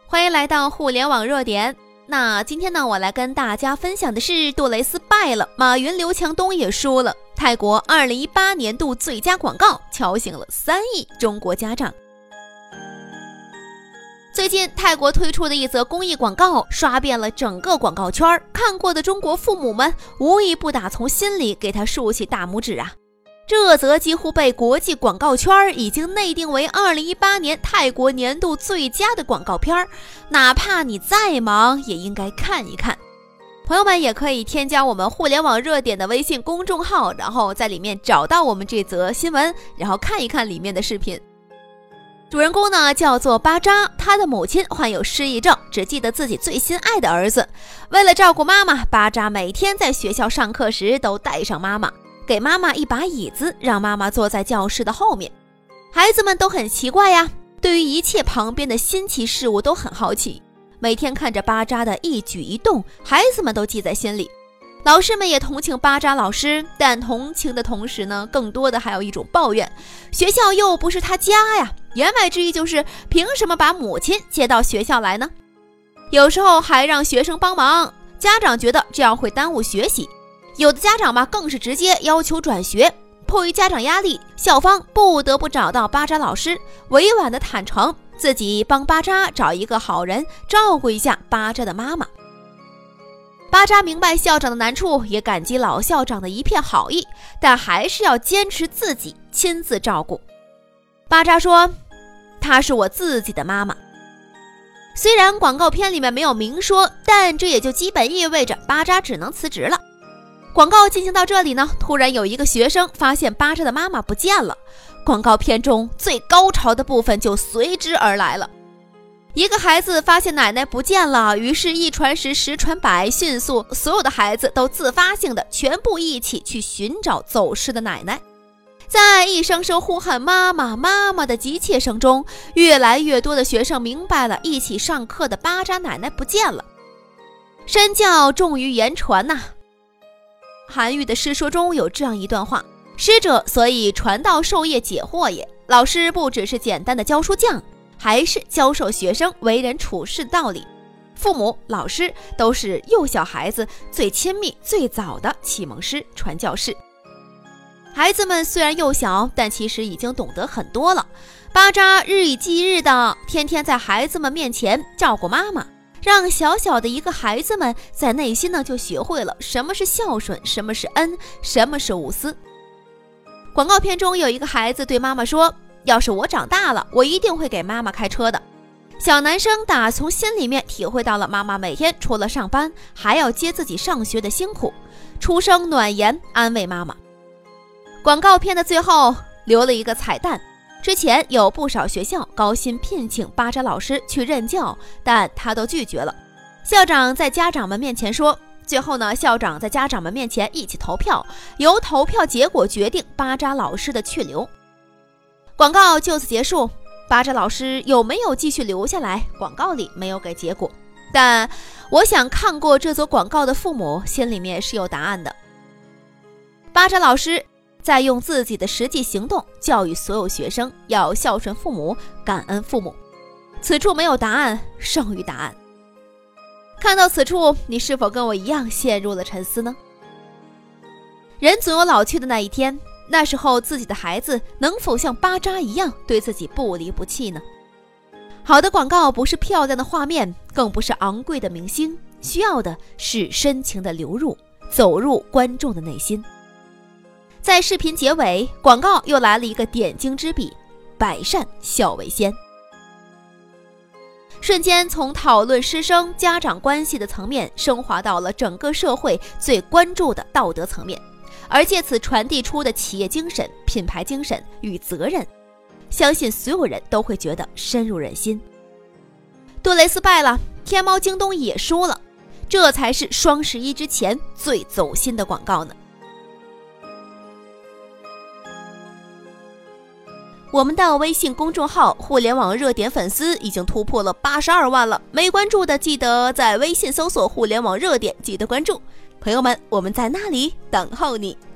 欢迎来到互联网热点。那今天呢，我来跟大家分享的是杜蕾斯败了，马云、刘强东也输了。泰国2018年度最佳广告敲醒了3亿中国家长。最近泰国推出的一则公益广告刷遍了整个广告圈，看过的中国父母们无一不打从心里给他竖起大拇指啊！这则几乎被国际广告圈已经内定为2018年泰国年度最佳的广告片，哪怕你再忙也应该看一看。朋友们也可以添加我们互联网热点的微信公众号，然后在里面找到我们这则新闻，然后看一看里面的视频。主人公呢叫做巴扎，他的母亲患有失忆症，只记得自己最心爱的儿子。为了照顾妈妈，巴扎每天在学校上课时都带上妈妈，给妈妈一把椅子，让妈妈坐在教室的后面。孩子们都很奇怪呀，对于一切旁边的新奇事物都很好奇，每天看着巴扎的一举一动，孩子们都记在心里。老师们也同情巴扎老师，但同情的同时呢，更多的还有一种抱怨，学校又不是他家呀。言外之意就是凭什么把母亲接到学校来呢？有时候还让学生帮忙，家长觉得这样会耽误学习，有的家长嘛更是直接要求转学。迫于家长压力，校方不得不找到巴扎老师，委婉地坦诚自己帮巴扎找一个好人照顾一下巴扎的妈妈。巴扎明白校长的难处，也感激老校长的一片好意，但还是要坚持自己亲自照顾。巴扎说，她是我自己的妈妈。虽然广告片里面没有明说，但这也就基本意味着巴扎只能辞职了。广告进行到这里呢，突然有一个学生发现巴扎的妈妈不见了，广告片中最高潮的部分就随之而来了。一个孩子发现奶奶不见了，于是一传十，十传百，迅速所有的孩子都自发性的全部一起去寻找走失的奶奶。在一声声呼喊妈妈妈妈的急切声中，越来越多的学生明白了一起上课的巴扎奶奶不见了。身教重于言传呐。韩愈的诗说中有这样一段话，师者，所以传道授业解惑也。老师不只是简单的教书匠，还是教授学生为人处事的道理。父母、老师都是幼小孩子最亲密、最早的启蒙师、传教士。孩子们虽然幼小，但其实已经懂得很多了。巴扎日以继日的天天在孩子们面前照顾妈妈，让小小的一个孩子们在内心呢就学会了什么是孝顺，什么是恩，什么是无私。广告片中有一个孩子对妈妈说，要是我长大了，我一定会给妈妈开车的。小男生打从心里面体会到了妈妈每天除了上班还要接自己上学的辛苦，出声暖言安慰妈妈。广告片的最后留了一个彩蛋，之前有不少学校高薪聘请巴扎老师去任教，但他都拒绝了。校长在家长们面前说，最后呢，校长在家长们面前一起投票，由投票结果决定巴扎老师的去留。广告就此结束，巴扎老师有没有继续留下来，广告里没有给结果，但我想看过这则广告的父母心里面是有答案的。巴扎老师在用自己的实际行动教育所有学生要孝顺父母，感恩父母。此处没有答案，胜于答案。看到此处，你是否跟我一样陷入了沉思呢？人总有老去的那一天，那时候自己的孩子能否像巴扎一样对自己不离不弃呢？好的广告不是漂亮的画面，更不是昂贵的明星，需要的是深情的流入，走入观众的内心。在视频结尾，广告又来了一个点睛之笔，百善孝为先。瞬间从讨论师生家长关系的层面升华到了整个社会最关注的道德层面，而借此传递出的企业精神、品牌精神与责任，相信所有人都会觉得深入人心。杜蕾斯败了，天猫京东也输了，这才是双11之前最走心的广告呢。我们的微信公众号互联网热点粉丝已经突破了82万了，没关注的记得在微信搜索互联网热点，记得关注。朋友们，我们在那里等候你。